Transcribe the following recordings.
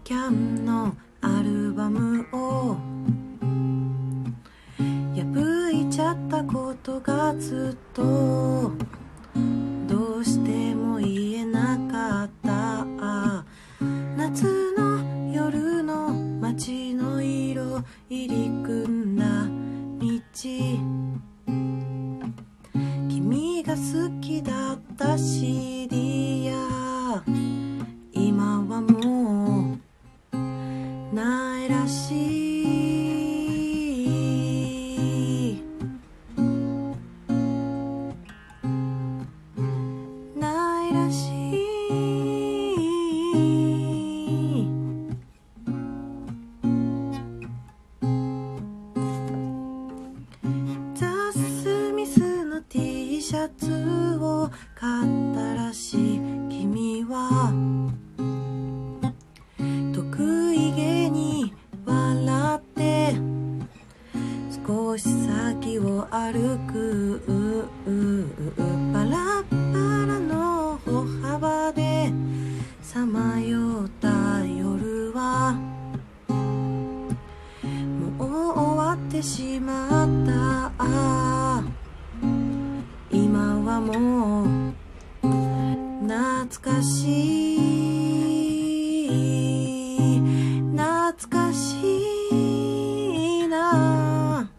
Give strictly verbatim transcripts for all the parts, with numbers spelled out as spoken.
キャンのアルバムを破いちゃったことがずっとどうしても言えなかった。夏の夜の街の色入り組んだ道、君が好きだった シーディー や今はもうないらしい。ないらしい。ザ・スミスの T シャツを買ったらしい。君は得意げに笑って少し先を歩く。パラパラの歩幅でさまよった夜はもう終わってしまった。今はもう懐かしい。懐かしいな。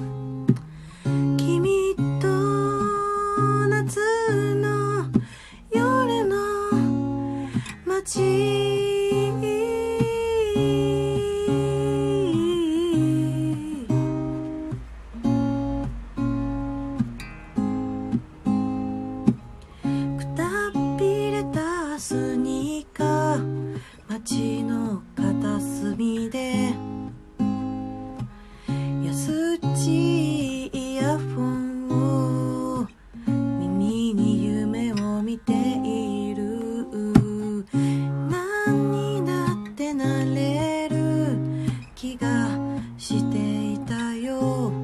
君と夏の夜の街、スニーカー、街の片隅で安っちいイヤフォンを耳に夢を見ている。何にだってなれる気がしていたよ。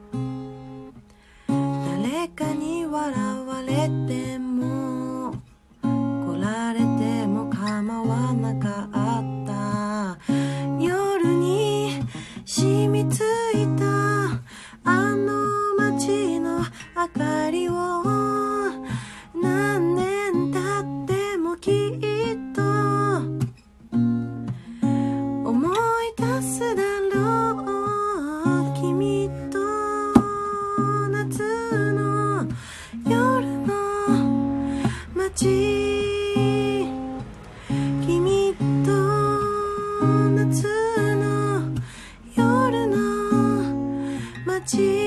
誰かに笑われても来られても構わなかった。夜に染みついたあの街の明かりを何年経ってもきっと思い出すだろう。君と夏の夜の街、君と夏の夜の街。